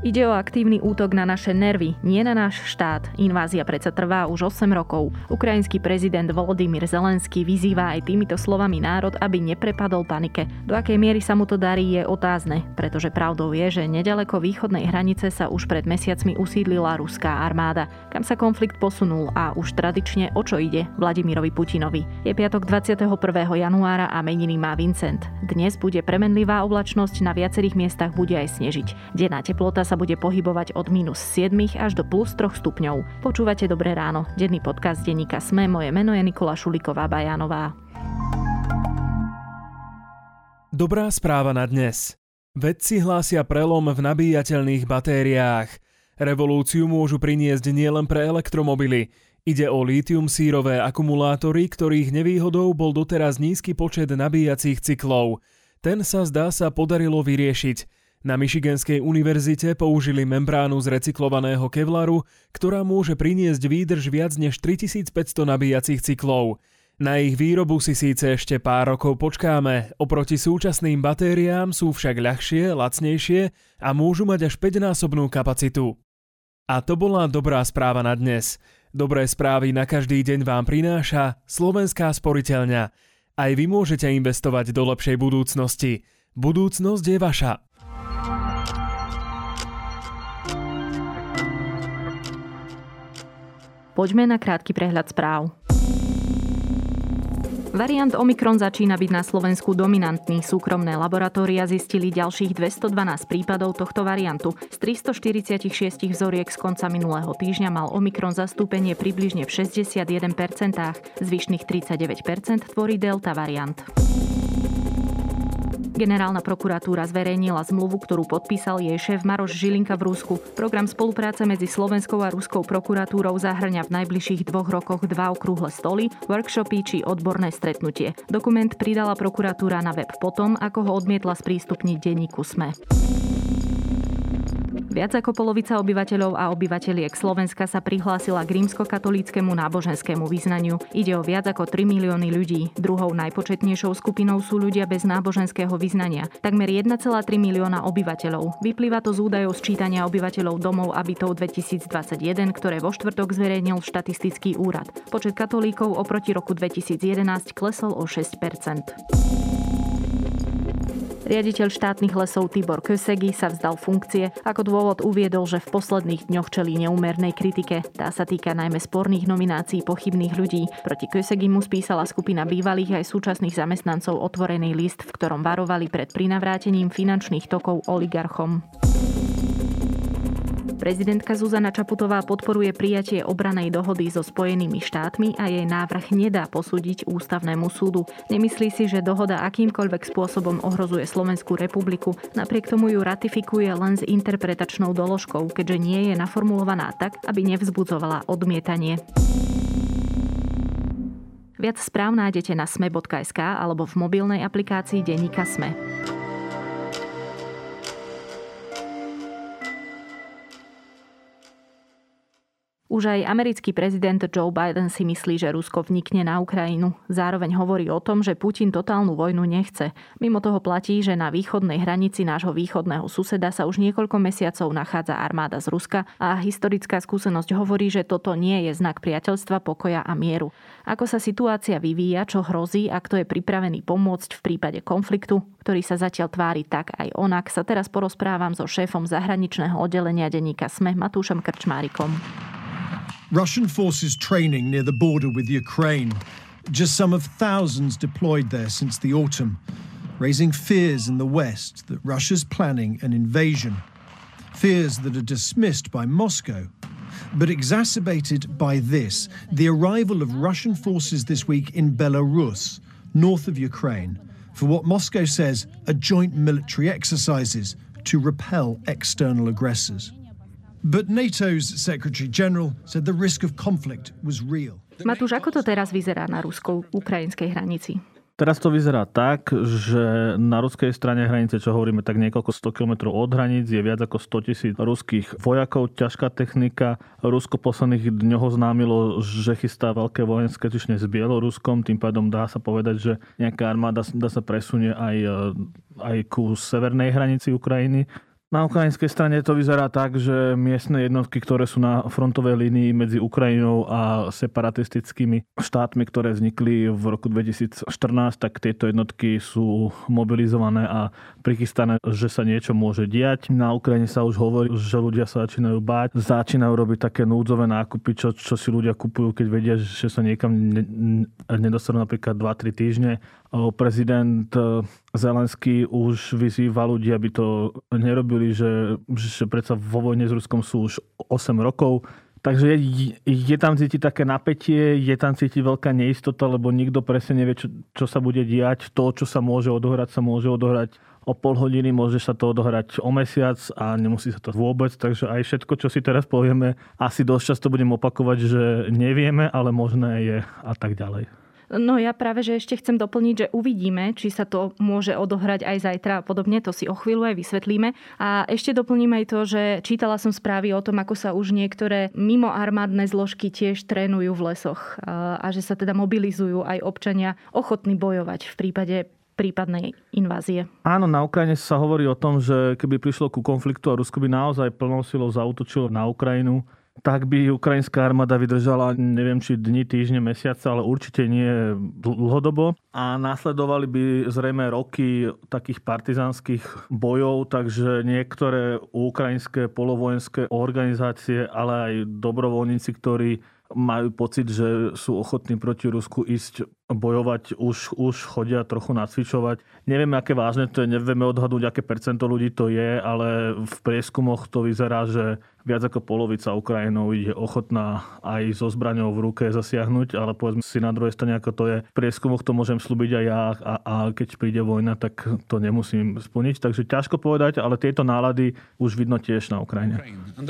Ide o aktívny útok na naše nervy, nie na náš štát. Invázia predsa trvá už 8 rokov. Ukrajinský prezident Volodymyr Zelenský vyzýva aj týmito slovami národ, aby neprepadol panike. Do akej miery sa mu to darí, je otázne, pretože pravdou je, že nedaleko východnej hranice sa už pred mesiacmi usídlila ruská armáda. Kam sa konflikt posunul a už tradične o čo ide Vladimirovi Putinovi. Je piatok 21. januára a meniny má Vincent. Dnes bude premenlivá oblačnosť, na viacerých miestach bude aj snežiť. Denná teplota sa bude pohybovať od -7 až do +3 stupňov. Počúvate Dobré ráno, denný podcast denníka SME. Moje meno je Nikola Šuliková-Bajánová. Dobrá správa na dnes. Vedci hlásia prelom v nabíjateľných batériách. Revolúciu môžu priniesť nielen pre elektromobily. Ide o lítium-sírové akumulátory, ktorých nevýhodou bol doteraz nízky počet nabíjacích cyklov. Ten sa zdá sa podarilo vyriešiť. Na Michiganskej univerzite použili membránu z recyklovaného kevlaru, ktorá môže priniesť výdrž viac než 3500 nabíjacích cyklov. Na ich výrobu si síce ešte pár rokov počkáme, oproti súčasným batériám sú však ľahšie, lacnejšie a môžu mať až 5-násobnú kapacitu. A to bola dobrá správa na dnes. Dobré správy na každý deň vám prináša Slovenská sporiteľňa. Aj vy môžete investovať do lepšej budúcnosti. Budúcnosť je vaša. Poďme na krátky prehľad správ. Variant Omikron začína byť na Slovensku dominantný. Súkromné laboratória zistili ďalších 212 prípadov tohto variantu. Z 346 vzoriek z konca minulého týždňa mal Omikron zastúpenie približne v 61%, zvyšných 39% tvorí Delta variant. Generálna prokuratúra zverejnila zmluvu, ktorú podpísal jej šéf Maroš Žilinka v Rusku. Program spolupráce medzi slovenskou a ruskou prokuratúrou zahŕňa v najbližších 2 rokoch 2 okrúhle stoly, workshopy či odborné stretnutie. Dokument pridala prokuratúra na web potom, ako ho odmietla sprístupniť denníku SME. Viac ako polovica obyvateľov a obyvateliek Slovenska sa prihlásila k rímskokatolíckemu náboženskému vyznaniu. Ide o viac ako 3 milióny ľudí. Druhou najpočetnejšou skupinou sú ľudia bez náboženského vyznania. Takmer 1,3 milióna obyvateľov. Vyplýva to z údajov sčítania obyvateľov domov a bytov 2021, ktoré vo štvrtok zverejnil štatistický úrad. Počet katolíkov oproti roku 2011 klesol o 6%. Riaditeľ štátnych lesov Tibor Kösegi sa vzdal funkcie. Ako dôvod uviedol, že v posledných dňoch čelí neúmernej kritike. Tá sa týka najmä sporných nominácií pochybných ľudí. Proti Kösegimu spísala skupina bývalých aj súčasných zamestnancov otvorený list, v ktorom varovali pred prinavrátením finančných tokov oligarchom. Prezidentka Zuzana Čaputová podporuje prijatie obranej dohody so Spojenými štátmi a jej návrh nedá posúdiť ústavnému súdu. Nemyslí si, že dohoda akýmkoľvek spôsobom ohrozuje Slovenskú republiku, napriek tomu ju ratifikuje len s interpretačnou doložkou, keďže nie je naformulovaná tak, aby nevzbudzovala odmietanie. Viac správ nájdete na sme.sk alebo v mobilnej aplikácii denníka SME. Už aj americký prezident Joe Biden si myslí, že Rusko vnikne na Ukrajinu. Zároveň hovorí o tom, že Putin totálnu vojnu nechce. Mimo toho platí, že na východnej hranici nášho východného suseda sa už niekoľko mesiacov nachádza armáda z Ruska a historická skúsenosť hovorí, že toto nie je znak priateľstva, pokoja a mieru. Ako sa situácia vyvíja, čo hrozí a kto je pripravený pomôcť v prípade konfliktu, ktorý sa zatiaľ tvári tak aj onak, sa teraz porozprávam so šéfom zahraničného oddelenia denníka SME Matúšom Krčmárikom. Russian forces training near the border with Ukraine. Just some of thousands deployed there since the autumn, raising fears in the West that Russia's planning an invasion. Fears that are dismissed by Moscow, but exacerbated by this, the arrival of Russian forces this week in Belarus, north of Ukraine, for what Moscow says are joint military exercises to repel external aggressors. But NATO's Secretary General said the risk of conflict was real. Matúš, ako to teraz vyzerá na rusko-ukrajinskej hranici? Teraz to vyzerá tak, že na ruskej strane hranice, čo hovoríme, tak niekoľko 100 kilometrov od hraníc, je viac ako 100 000 ruských vojakov, ťažká technika. Rusko v posledných dňoch oznámilo, že chystá veľké vojenské cvične s Bieloruskom, tým pádom dá sa povedať, že nejaká armáda sa presunie aj ku severnej hranici Ukrajiny. Na ukrajinskej strane to vyzerá tak, že miestne jednotky, ktoré sú na frontovej línii medzi Ukrajinou a separatistickými štátmi, ktoré vznikli v roku 2014, tak tieto jednotky sú mobilizované a prichystané, že sa niečo môže diať. Na Ukrajine sa už hovorí, že ľudia sa začínajú báť, začínajú robiť také núdzové nákupy, čo si ľudia kupujú, keď vedia, že sa niekam nedostanú napríklad 2-3 týždne. Prezident Zelenský už vyzýva ľudí, aby to nerobili, že predsa vo vojne s Ruskom sú už 8 rokov. Takže je tam cítiť také napätie, je tam cítiť veľká neistota, lebo nikto presne nevie, čo sa bude diať. To, čo sa môže odohrať o pol hodiny, môže sa to odohrať o mesiac a nemusí sa to vôbec. Takže aj všetko, čo si teraz povieme, asi dosť často budem opakovať, že nevieme, ale možné je a tak ďalej. No ja práve, že ešte chcem doplniť, že uvidíme, či sa to môže odohrať aj zajtra a podobne, to si o chvíľu aj vysvetlíme. A ešte doplním aj to, že čítala som správy o tom, ako sa už niektoré mimoarmádne zložky tiež trénujú v lesoch a že sa teda mobilizujú aj občania ochotní bojovať v prípade prípadnej invázie. Áno, na Ukrajine sa hovorí o tom, že keby prišlo ku konfliktu a Rusko by naozaj plnou silou zaútočilo na Ukrajinu, tak by ukrajinská armáda vydržala, neviem, či dni, týždne, mesiace, ale určite nie dlhodobo. A následovali by zrejme roky takých partizánskych bojov, takže niektoré ukrajinské polovojenské organizácie, ale aj dobrovoľníci, ktorí majú pocit, že sú ochotní proti Rusku ísť bojovať, už chodia trochu nacvičovať. Nevieme, aké vážne to je, nevieme odhadnúť, aké percento ľudí to je, ale v prieskumoch to vyzerá, že viac ako polovica Ukrajinov je ochotná aj so zbraňou v ruke zasiahnuť, ale povedzme si na druhej strane, ako to je. V prieskumoch to môžem slúbiť aj ja a keď príde vojna, tak to nemusím splniť. Takže ťažko povedať, ale tieto nálady už vidno tiež na Ukrajine.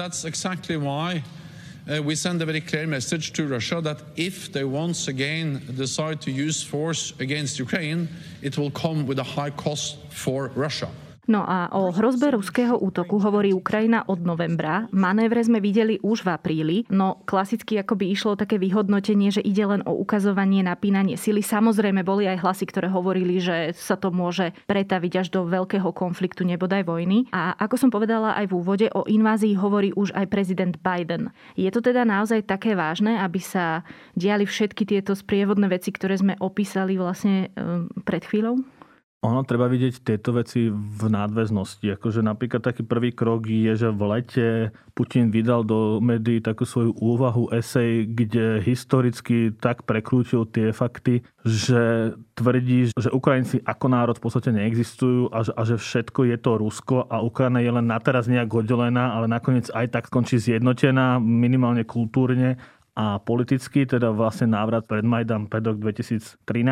We send a very clear message to Russia that if they once again decide to use force against Ukraine, it will come with a high cost for Russia. No a o hrozbe ruského útoku hovorí Ukrajina od novembra. Manévre sme videli už v apríli, no klasicky akoby išlo také vyhodnotenie, že ide len o ukazovanie, napínanie sily. Samozrejme boli aj hlasy, ktoré hovorili, že sa to môže pretaviť až do veľkého konfliktu, nebodaj vojny. A ako som povedala aj v úvode, o invázii hovorí už aj prezident Biden. Je to teda naozaj také vážne, aby sa diali všetky tieto sprievodné veci, ktoré sme opísali vlastne pred chvíľou? Ono treba vidieť tieto veci v nadväznosti. Akože napríklad taký prvý krok je, že v lete Putin vydal do médií takú svoju úvahu, esej, kde historicky tak prekrútil tie fakty, že tvrdí, že Ukrajinci ako národ v podstate neexistujú a že všetko je to Rusko a Ukrajina je len na teraz nejak oddelená, ale nakoniec aj tak skončí zjednotená, minimálne kultúrne a politicky, teda vlastne návrat pred Majdan rok 2013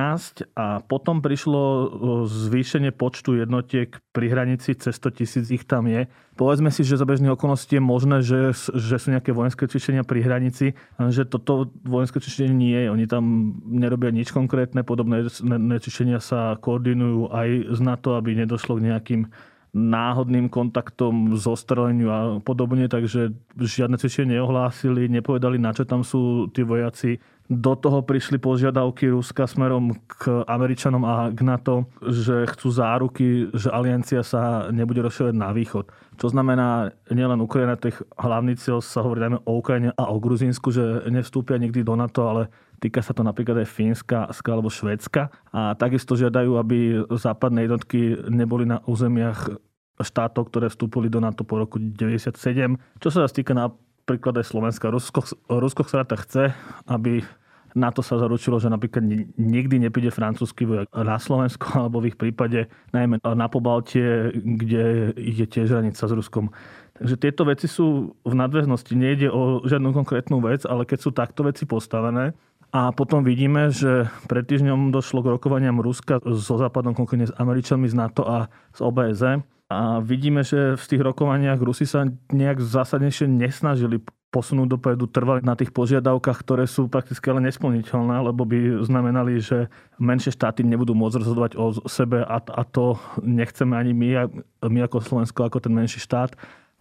a potom prišlo zvýšenie počtu jednotiek pri hranici, cez 100 000 ich tam je. Povedzme si, že za bežných okolností je možné, že sú nejaké vojenské cvičenia pri hranici, že toto vojenské cvičenie nie je. Oni tam nerobia nič konkrétne, podobné cvičenia sa koordinujú aj z NATO, aby nedošlo k nejakým náhodným kontaktom, zostreleniu a podobne, takže žiadne cvičenie neohlásili, nepovedali, na čo tam sú tí vojaci. Do toho prišli požiadavky Ruska smerom k Američanom a k NATO, že chcú záruky, že aliancia sa nebude rozširovať na východ. Čo znamená, nielen Ukrajina, tých hlavný cieľ sa hovorí najmä o Ukrajine a o Gruzínsku, že nevstúpia nikdy do NATO, ale týka sa to napríklad aj Fínska alebo Švédska. A takisto žiadajú, aby západné jednotky neboli na územiach štátov, ktoré vstúpili do NATO po roku 1997. Čo sa týka napríklad aj Slovenska. Rusko sa chce, aby NATO sa zaručilo, že napríklad nikdy nepríde francúzsky vojak na Slovensku, alebo v ich prípade najmä na Pobaltie, kde je tiež hranica s Ruskom. Takže tieto veci sú v nadväznosti. Nejde o žiadnu konkrétnu vec, ale keď sú takto veci postavené, a potom vidíme, že pred týždňom došlo k rokovaniam Ruska so Západom, konkrétne s Američanmi, z NATO a z OBSE. A vidíme, že v tých rokovaniach Rusi sa nejak zásadnejšie nesnažili posunúť dopredu, trvali na tých požiadavkách, ktoré sú prakticky ale nesplniteľné, lebo by znamenali, že menšie štáty nebudú môcť rozhodovať o sebe a to nechceme ani my ako Slovensko, ako ten menší štát.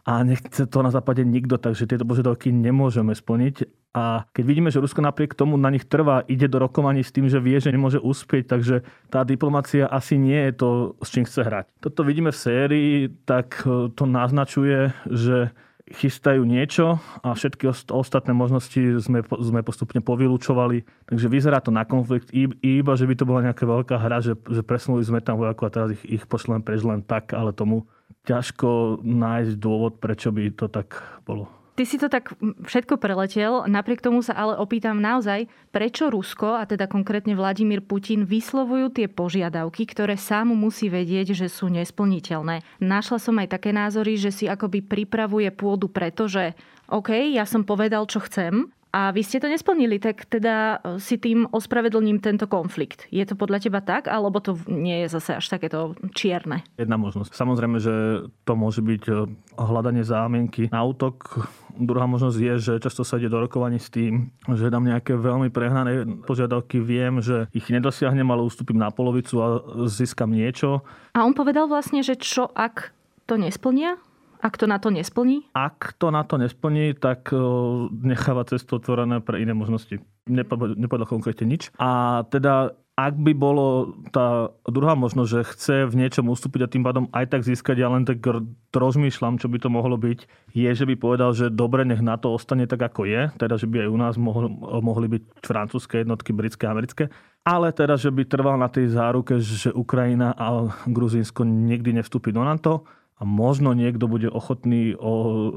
a nechce to na západe nikto, takže tieto požiadavky nemôžeme splniť. A keď vidíme, že Rusko napriek tomu na nich trvá, ide do rokovaní s tým, že vie, že nemôže uspieť, takže tá diplomacia asi nie je to, s čím chce hrať. Toto vidíme v sérii, tak to naznačuje, že chystajú niečo a všetky ostatné možnosti sme postupne povylúčovali. Takže vyzerá to na konflikt, iba že by to bola nejaká veľká hra, že presunuli sme tam vojakov a teraz ich pošlem preč len tak, ale tomu ťažko nájsť dôvod, prečo by to tak bolo. Ty si to tak všetko preletel, napriek tomu sa ale opýtam naozaj, prečo Rusko, a teda konkrétne Vladimír Putin, vyslovujú tie požiadavky, ktoré sám musí vedieť, že sú nesplniteľné. Našla som aj také názory, že si akoby pripravuje pôdu, pretože OK, ja som povedal, čo chcem, a vy ste to nesplnili, tak teda si tým ospravedlním tento konflikt. Je to podľa teba tak, alebo to nie je zase až takéto čierne? Jedna možnosť. Samozrejme, že to môže byť hľadanie zámienky na útok. Druhá možnosť je, že často sa ide do rokovaní s tým, že dám nejaké veľmi prehnané požiadavky, viem, že ich nedosiahnem, ale ustúpim na polovicu a získam niečo. A on povedal vlastne, že čo ak to nesplnia? Ak to na to nesplní? Ak to na to nesplní, tak necháva cestu otvorené pre iné možnosti. Nepovedal konkrétne nič. A teda, ak by bolo tá druhá možnosť, že chce v niečom ustúpiť a tým pádom aj tak získať, ja len tak rozmýšľam, čo by to mohlo byť, je, že by povedal, že dobre, nech NATO ostane tak, ako je. Teda, že by aj u nás mohli byť francúzske jednotky, britské, americké. Ale teda, že by trval na tej záruke, že Ukrajina a Gruzínsko nikdy nevstúpi do NATO. A možno niekto bude ochotný o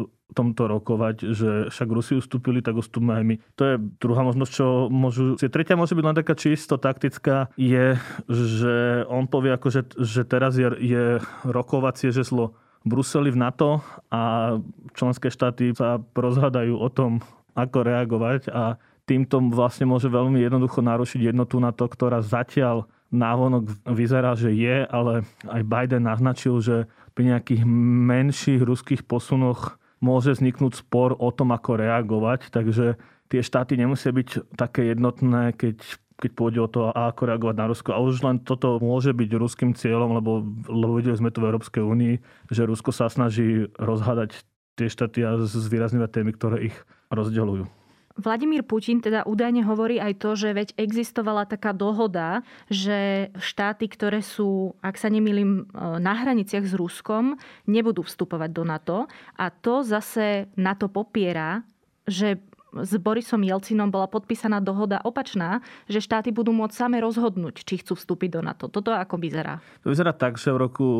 tomto rokovať, že však Rusi ustúpili, tak ustúpme aj my. To je druhá možnosť, čo môžu... Tretia môže byť len taká čisto taktická, je, že on povie, akože, že teraz je rokovacie žeslo v Bruseli v NATO a členské štáty sa rozhadajú o tom, ako reagovať a týmto vlastne môže veľmi jednoducho narušiť jednotu NATO, ktorá zatiaľ návonok vyzerá, že je, ale aj Biden naznačil, že pri nejakých menších ruských posunoch môže vzniknúť spor o tom, ako reagovať. Takže tie štáty nemusia byť také jednotné, keď pôjde o to, ako reagovať na Rusko. A už len toto môže byť ruským cieľom, lebo videli sme to v Európskej únii, že Rusko sa snaží rozhádať tie štáty a zvýrazňovať témy, ktoré ich rozdeľujú. Vladimír Putin teda údajne hovorí aj to, že veď existovala taká dohoda, že štáty, ktoré sú, ak sa nemýlim, na hraniciach s Ruskom, nebudú vstupovať do NATO. A to zase NATO popiera, že s Borisom Jelcinom bola podpísaná dohoda opačná, že štáty budú môcť same rozhodnúť, či chcú vstúpiť do NATO. Toto ako vyzerá? To vyzerá tak, že v roku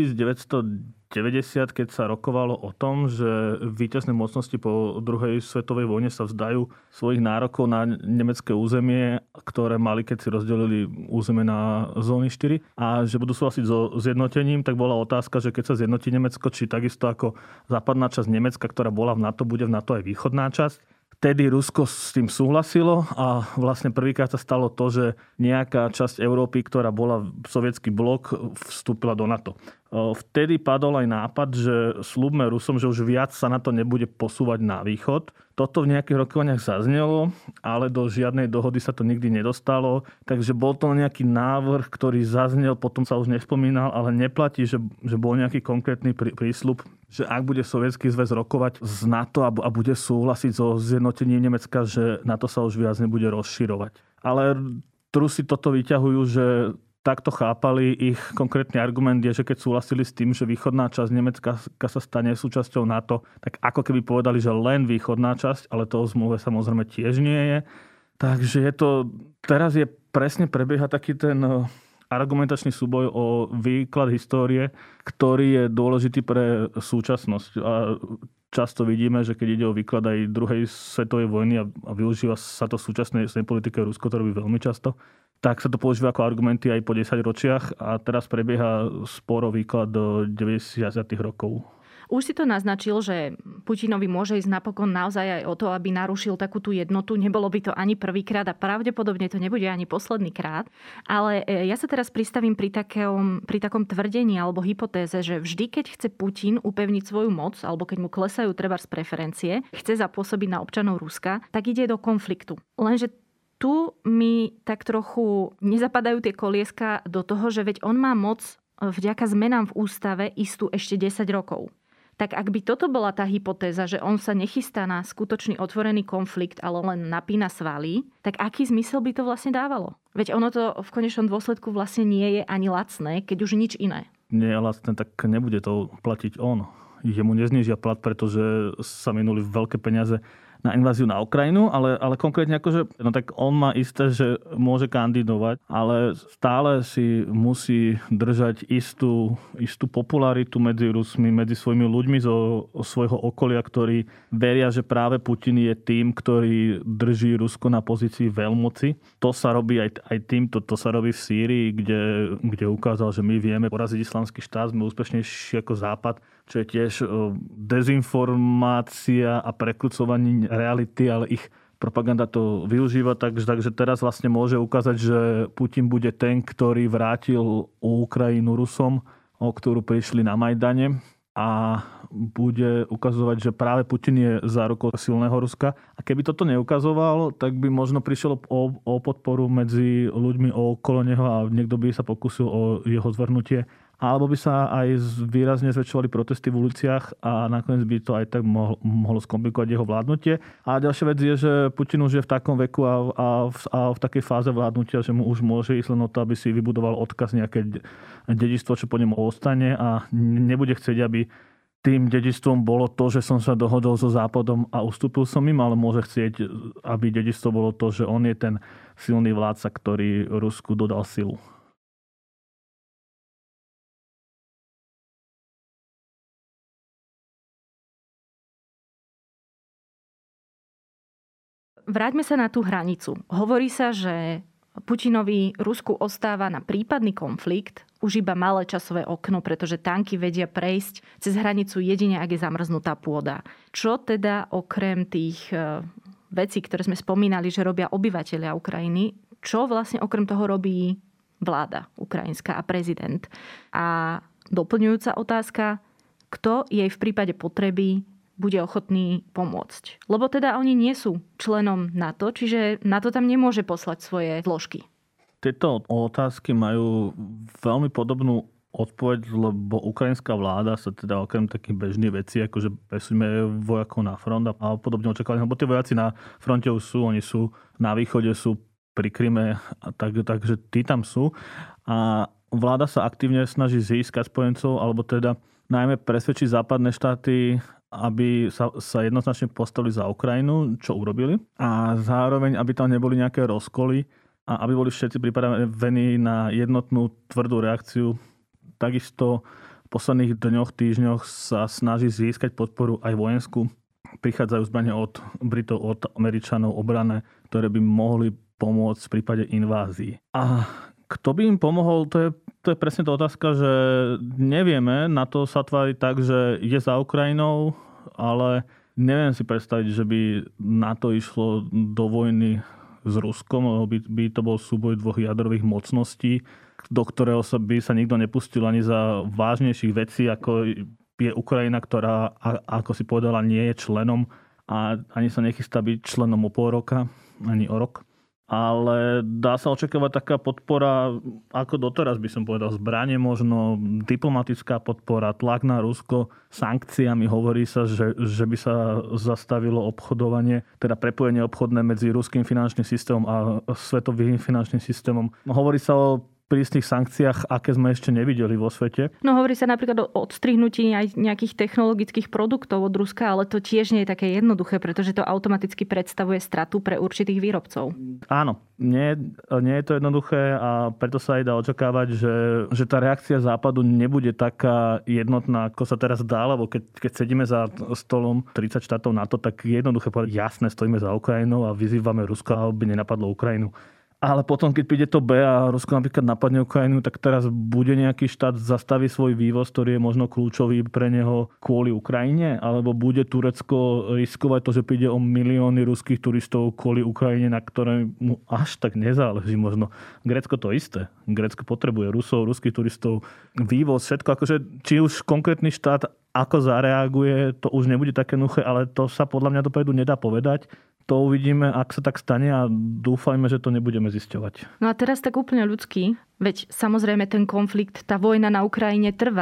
1990, keď sa rokovalo o tom, že víťazné mocnosti po druhej svetovej vojne sa vzdajú svojich nárokov na nemecké územie, ktoré mali, keď si rozdelili územie na zóny 4 a že budú súhlasiť so zjednotením, tak bola otázka, že keď sa zjednotí Nemecko, či takisto ako západná časť Nemecka, ktorá bola v NATO, bude v NATO aj východná časť. Vtedy Rusko s tým súhlasilo a vlastne prvýkrát sa stalo to, že nejaká časť Európy, ktorá bola sovietský blok, vstúpila do NATO. Vtedy padol aj nápad, že sľubme Rusom, že už viac sa na to nebude posúvať na východ. Toto v nejakých rokovaniach zaznelo, ale do žiadnej dohody sa to nikdy nedostalo. Takže bol to nejaký návrh, ktorý zaznel, potom sa už nespomínal, ale neplatí, že bol nejaký konkrétny prísľub, že ak bude Sovietsky zväz rokovať z NATO a bude súhlasiť so zjednotením Nemecka, že NATO sa už viac nebude rozširovať. Ale Rusi toto vyťahujú, že takto chápali. Ich konkrétny argument je, že keď súhlasili s tým, že východná časť Nemecka sa stane súčasťou NATO, tak ako keby povedali, že len východná časť, ale to v zmluve samozrejme tiež nie je. Takže je to, teraz je presne prebieha taký ten argumentačný súboj o výklad histórie, ktorý je dôležitý pre súčasnosť. A často vidíme, že keď ide o výklad aj druhej svetovej vojny a využíva sa to v súčasnej politike Rusko, to robí veľmi často, tak sa to používa ako argumenty aj po 10 ročiach a teraz prebieha spor o výklad do 90. rokov. Už si to naznačil, že Putinovi môže ísť napokon naozaj aj o to, aby narušil takú tú jednotu. Nebolo by to ani prvýkrát a pravdepodobne to nebude ani posledný krát. Ale ja sa teraz pristavím pri takom tvrdení alebo hypotéze, že vždy, keď chce Putin upevniť svoju moc, alebo keď mu klesajú trebárs preferencie, chce zapôsobiť na občanov Ruska, tak ide do konfliktu. Lenže tu mi tak trochu nezapadajú tie kolieska do toho, že veď on má moc vďaka zmenám v ústave istú ešte 10 rokov. Tak ak by toto bola tá hypotéza, že on sa nechystá na skutočný otvorený konflikt, ale len napína svaly, tak aký zmysel by to vlastne dávalo? Veď ono to v konečnom dôsledku vlastne nie je ani lacné, keď už nič iné. Nie je lacné, tak nebude to platiť on. Jemu neznížia plat, pretože sa minuli veľké peniaze na inváziu na Ukrajinu, ale konkrétne akože, no tak on má isté, že môže kandidovať, ale stále si musí držať istú popularitu medzi Rusmi, medzi svojimi ľuďmi zo svojho okolia, ktorí veria, že práve Putin je tým, ktorý drží Rusko na pozícii veľmoci. To sa robí aj týmto, to sa robí v Sýrii, kde ukázal, že my vieme poraziť islamský štát, sme úspešnejší ako Západ, čo je tiež dezinformácia a prekrucovanie reality, ale ich propaganda to využíva, takže teraz vlastne môže ukázať, že Putin bude ten, ktorý vrátil Ukrajinu Rusom, o ktorú prišli na Majdane, a bude ukazovať, že práve Putin je zárukou silného Ruska. A keby toto neukazoval, tak by možno prišiel o podporu medzi ľuďmi okolo neho a niekto by sa pokúsil o jeho zvrhnutie. Alebo by sa aj výrazne zväčšovali protesty v uliciach a nakoniec by to aj tak mohlo skomplikovať jeho vládnutie. A ďalšia vec je, že Putin už je v takom veku a v takej fáze vládnutia, že mu už môže ísť len o to, aby si vybudoval odkaz, nejaké dedičstvo, čo po ňom ostane, a nebude chcieť, aby tým dedičstvom bolo to, že som sa dohodol so Západom a ustúpil som im, ale môže chcieť, aby dedičstvo bolo to, že on je ten silný vládca, ktorý Rusku dodal silu. Vráťme sa na tú hranicu. Hovorí sa, že Putinovi Rusku ostáva na prípadný konflikt už iba malé časové okno, pretože tanky vedia prejsť cez hranicu jedine, ak je zamrznutá pôda. Čo teda okrem tých vecí, ktoré sme spomínali, že robia obyvatelia Ukrajiny, čo vlastne okrem toho robí vláda ukrajinská a prezident? A doplňujúca otázka, kto jej v prípade potreby bude ochotný pomôcť. Lebo teda oni nie sú členom NATO, čiže NATO tam nemôže poslať svoje zložky. Tieto otázky majú veľmi podobnú odpoveď, lebo ukrajinská vláda sa teda okrem takých bežných vecí, akože presúďme vojakov na front a podobne očakávali, lebo tie vojaci na fronte už sú, oni sú na východe, sú pri Kryme, takže tí tam sú. A vláda sa aktívne snaží získať spojencov, alebo teda najmä presvedčiť západné štáty, aby sa jednoznačne postavili za Ukrajinu, čo urobili. A zároveň, aby tam neboli nejaké rozkoly a aby boli všetci pripravení na jednotnú tvrdú reakciu. Takisto v posledných dňoch, týždňoch sa snaží získať podporu aj vojenskú. Prichádzajú zbrane od Britov, od Američanov obrané, ktoré by mohli pomôcť v prípade invázií. A kto by im pomohol, to je presne tá otázka, že nevieme, na to sa tvári tak, že je za Ukrajinou, ale neviem si predstaviť, že by na to išlo do vojny s Ruskom, by to bol súboj dvoch jadrových mocností, do ktorého by sa nikto nepustil ani za vážnejších vecí, ako je Ukrajina, ktorá, ako si povedala, nie je členom a ani sa nechystá byť členom o pol roka, ani o rok. Ale dá sa očakávať taká podpora, ako doteraz by som povedal, zbranie možno, diplomatická podpora, tlak na Rusko, sankciami. Hovorí sa, že by sa zastavilo obchodovanie, teda prepojenie obchodné medzi ruským finančným systémom a svetovým finančným systémom. Hovorí sa o prísnych sankciách, aké sme ešte nevideli vo svete. No hovorí sa napríklad o odstrihnutí aj nejakých technologických produktov od Ruska, ale to tiež nie je také jednoduché, pretože to automaticky predstavuje stratu pre určitých výrobcov. Áno, nie je to jednoduché a preto sa aj dá očakávať, že tá reakcia Západu nebude taká jednotná, ako sa teraz dá, lebo keď sedíme za stolom 30 štátov NATO, tak je jednoduché povedať, jasné, stojíme za Ukrajinou a vyzývame Rusko, aby nenapadlo Ukrajinu. Ale potom, keď príde to B a Rusko napríklad napadne Ukrajinu, tak teraz bude nejaký štát zastaví svoj vývoz, ktorý je možno kľúčový pre neho kvôli Ukrajine? Alebo bude Turecko riskovať to, že príde o milióny ruských turistov kvôli Ukrajine, na ktoré mu až tak nezáleží možno? Grécko to isté. Grécko potrebuje Rusov, ruských turistov, vývoz, všetko. Akože, či už konkrétny štát ako zareaguje, to už nebude také nuché, ale to sa podľa mňa dopredu nedá povedať. To uvidíme, ak sa tak stane a dúfajme, že to nebudeme zisťovať. No a teraz tak úplne ľudský, veď samozrejme ten konflikt, tá vojna na Ukrajine trvá.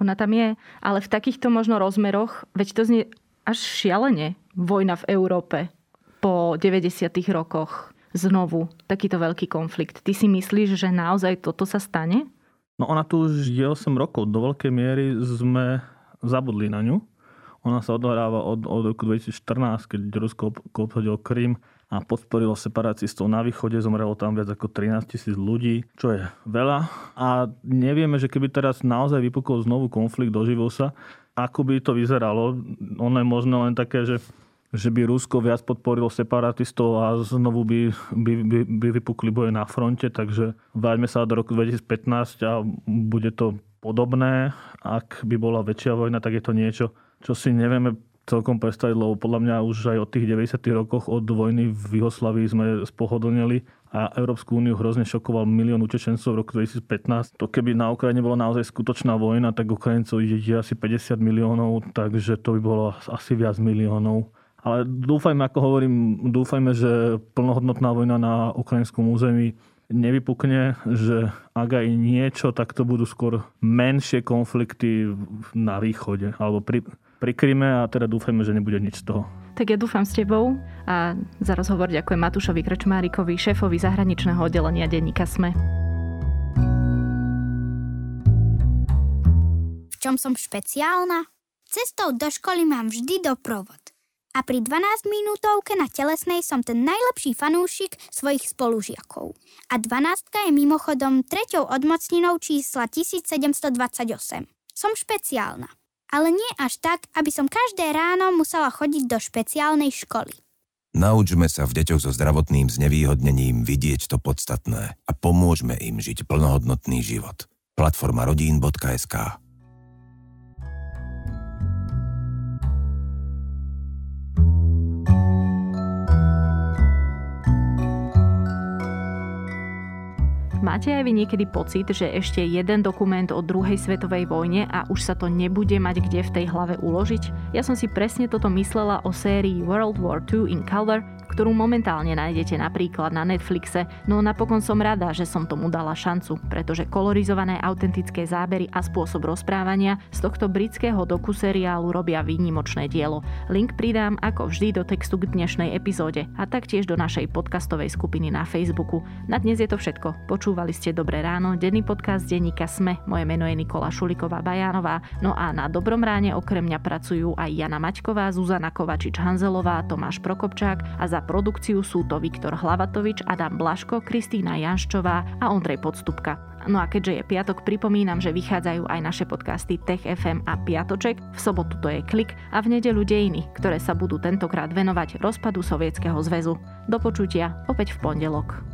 Ona tam je, ale v takýchto možno rozmeroch, veď to znie až šialene, vojna v Európe po 90. rokoch. Znovu takýto veľký konflikt. Ty si myslíš, že naozaj toto sa stane? No ona tu už je 8 rokov. Do veľkej miery sme zabudli na ňu. Ona sa odohráva od roku 2014, keď Rusko obsadilo Krym a podporilo separatistov na východe. Zomrelo tam viac ako 13 000 ľudí, čo je veľa. A nevieme, že keby teraz naozaj vypukol znovu konflikt, doživil sa, ako by to vyzeralo. Ono je možno len také, že by Rusko viac podporilo separatistov a znovu by vypukli boje na fronte, takže vráťme sa do roku 2015 a bude to podobné. Ak by bola väčšia vojna, tak je to niečo, čo si nevieme celkom predstaviť, lebo podľa mňa už aj od tých 90. rokoch od vojny v Juhoslavii sme spohodlnili a Európsku úniu hrozne šokoval 1 000 000 utečencov v roku 2015. To keby na Ukrajine bola naozaj skutočná vojna, tak Ukrajincov ide asi 50 miliónov, takže to by bolo asi viac miliónov. Ale dúfajme, ako hovorím, že plnohodnotná vojna na ukrajinskom území nevypukne, že ak aj niečo, tak to budú skôr menšie konflikty na východe alebo pri Kryme a teda dúfajme, že nebude nič z toho. Tak ja dúfam s tebou a za rozhovor ďakujem Matúšovi Krčmárikovi, šéfovi zahraničného oddelenia denníka SME. V čom som špeciálna? Cestou do školy mám vždy doprovod. A pri 12-minútovke na telesnej som ten najlepší fanúšik svojich spolužiakov. A 12 je mimochodom 3. odmocninou čísla 1728. Som špeciálna. Ale nie až tak, aby som každé ráno musela chodiť do špeciálnej školy. Naučme sa v deťoch so zdravotným znevýhodnením vidieť to podstatné a pomôžme im žiť plnohodnotný život. Platforma rodín.sk. Máte aj vy niekedy pocit, že ešte jeden dokument o druhej svetovej vojne a už sa to nebude mať kde v tej hlave uložiť? Ja som si presne toto myslela o sérii World War II in Color, ktorú momentálne nájdete napríklad na Netflixe, no napokon som rada, že som tomu dala šancu, pretože kolorizované autentické zábery a spôsob rozprávania z tohto britského dokuseriálu robia výnimočné dielo. Link pridám ako vždy do textu k dnešnej epizóde a taktiež do našej podcastovej skupiny na Facebooku. Na dnes je to všetko. Počúvali ste Dobré ráno, denný podcast denníka SME. Moje meno je Nikola Šuliková-Bajánová. No a na Dobrom ráne okrem mňa pracujú aj Jana Maťková, Zuzana Kovačič-Hanzelová, Tomáš Prokopčák a za produkciu sú to Viktor Hlavatovič, Adam Blaško, Kristína Janščová a Ondrej Podstupka. No a keďže je piatok, pripomínam, že vychádzajú aj naše podcasty Tech FM a Piatoček, v sobotu to je Klik a v nedeľu Dejiny, ktoré sa budú tentokrát venovať rozpadu Sovietskeho zväzu. Do počutia opäť v pondelok.